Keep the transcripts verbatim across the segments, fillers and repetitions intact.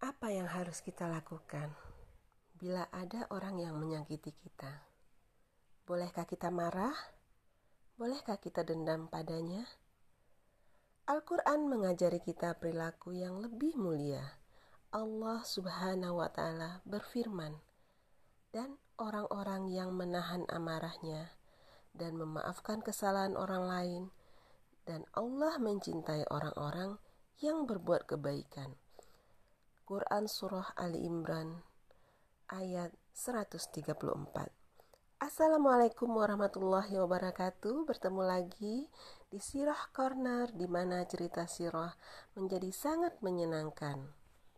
Apa yang harus kita lakukan bila ada orang yang menyakiti kita? Bolehkah kita marah? Bolehkah kita dendam padanya? Al-Quran mengajari kita perilaku yang lebih mulia. Allah Subhanahu wa Ta'ala berfirman, "Dan orang-orang yang menahan amarahnya dan memaafkan kesalahan orang lain, dan Allah mencintai orang-orang yang berbuat kebaikan." Quran Surah Ali Imran ayat seratus tiga puluh empat. Assalamualaikum warahmatullahi wabarakatuh. Bertemu lagi di Sirah Corner, di mana cerita sirah menjadi sangat menyenangkan.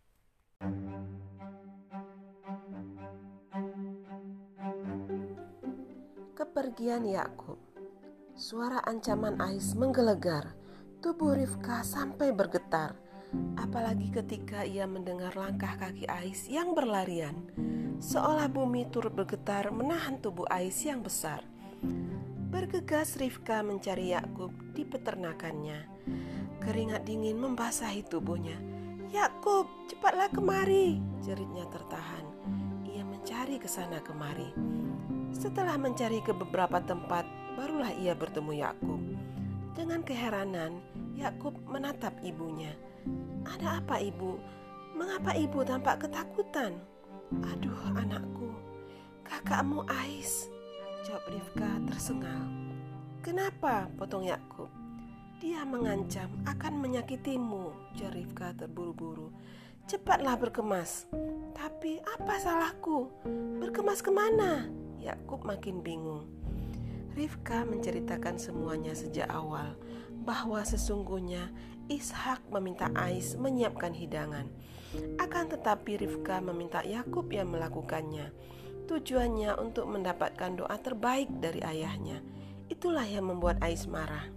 Kepergian Yakub. Suara ancaman Ais menggelegar. Tubuh Rifkah sampai bergetar, apalagi ketika ia mendengar langkah kaki Ais yang berlarian, seolah bumi turut bergetar menahan tubuh Ais yang besar. Bergegas Rifkah mencari Yakub di peternakannya. Keringat dingin membasahi tubuhnya. "Yakub, cepatlah kemari!" jeritnya tertahan. Ia mencari ke sana kemari. Setelah mencari ke beberapa tempat, barulah ia bertemu Yakub. Dengan keheranan, Yakub menatap ibunya. "Ada apa, Ibu? Mengapa Ibu tampak ketakutan?" "Aduh, anakku, kakakmu Ais," jawab Rifkah tersengal. "Kenapa?" potong Yakub. "Dia mengancam akan menyakitimu," ujar Rifkah terburu-buru. "Cepatlah berkemas." "Tapi apa salahku? Berkemas kemana?" Yakub makin bingung. Rifkah menceritakan semuanya sejak awal, bahwa sesungguhnya Ishak meminta Ais menyiapkan hidangan. Akan tetapi Rifkah meminta Yakub yang melakukannya. Tujuannya untuk mendapatkan doa terbaik dari ayahnya. Itulah yang membuat Ais marah.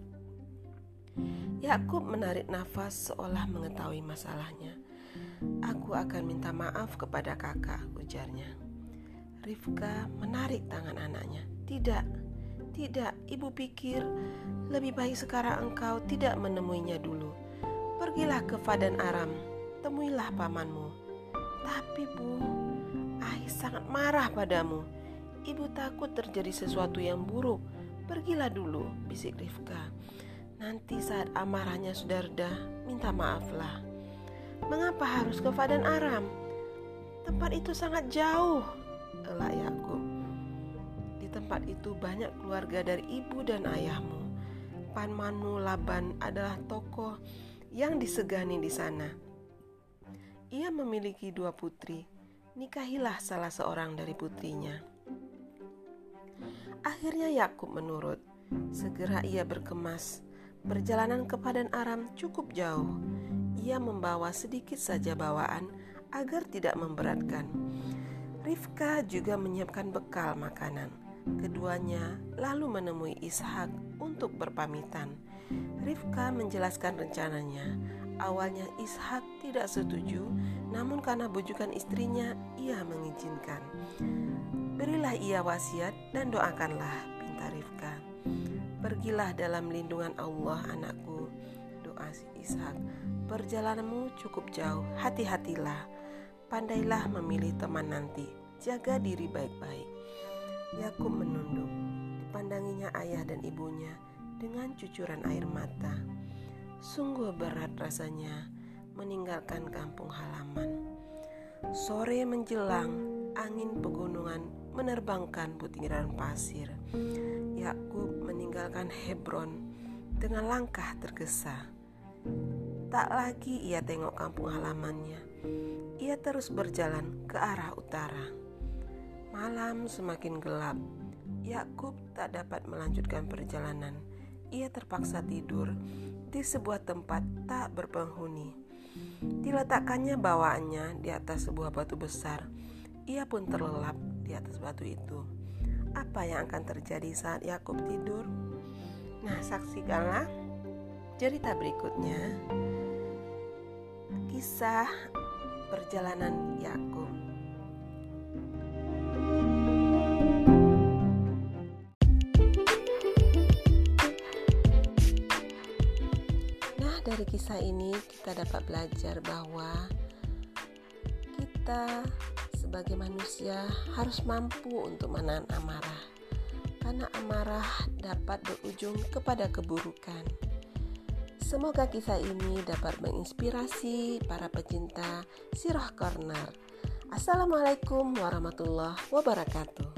Yakub menarik nafas seolah mengetahui masalahnya. "Aku akan minta maaf kepada kakak," ujarnya. Rifkah menarik tangan anaknya. "Tidak, tidak, ibu pikir lebih baik sekarang engkau tidak menemuinya dulu. Pergilah ke Padan Aram, temuilah pamanmu." "Tapi Bu, Ais sangat marah padamu. Ibu takut terjadi sesuatu yang buruk. Pergilah dulu," bisik Rifkah. "Nanti saat amarahnya sudah reda, minta maaflah." "Mengapa harus ke Padan Aram? Tempat itu sangat jauh," elak Yakub. "Di tempat itu banyak keluarga dari ibu dan ayahmu. Pamanmu Laban adalah tokoh yang disegani di sana. Ia memiliki dua putri. Nikahilah salah seorang dari putrinya." Akhirnya Yakub menurut. Segera ia berkemas. Perjalanan ke Padan Aram cukup jauh. Ia membawa sedikit saja bawaan agar tidak memberatkan. Rifkah juga menyiapkan bekal makanan. Keduanya lalu menemui Ishak untuk berpamitan. Rifkah menjelaskan rencananya. Awalnya Ishak tidak setuju, namun karena bujukan istrinya, ia mengizinkan. "Berilah ia wasiat dan doakanlah," pinta Rifkah. "Pergilah dalam lindungan Allah, anakku," doa si Ishak. "Perjalananmu cukup jauh, hati-hatilah. Pandailah memilih teman nanti. Jaga diri baik-baik." Yakub menunduk. Dipandanginya ayah dan ibunya dengan cucuran air mata. Sungguh berat rasanya meninggalkan kampung halaman. Sore menjelang, angin pegunungan menerbangkan butiran pasir. Yakub meninggalkan Hebron dengan langkah tergesa. Tak lagi ia tengok kampung halamannya. Ia terus berjalan ke arah utara. Malam semakin gelap. Yakub tak dapat melanjutkan perjalanan. Ia terpaksa tidur di sebuah tempat tak berpenghuni. Diletakkannya bawaannya di atas sebuah batu besar. Ia pun terlelap di atas batu itu. Apa yang akan terjadi saat Yakub tidur? Nah, saksikanlah cerita berikutnya. Kisah perjalanan Yakub. Dari kisah ini kita dapat belajar bahwa kita sebagai manusia harus mampu untuk menahan amarah, karena amarah dapat berujung kepada keburukan. Semoga kisah ini dapat menginspirasi para pecinta Sirah Corner. Assalamualaikum warahmatullahi wabarakatuh.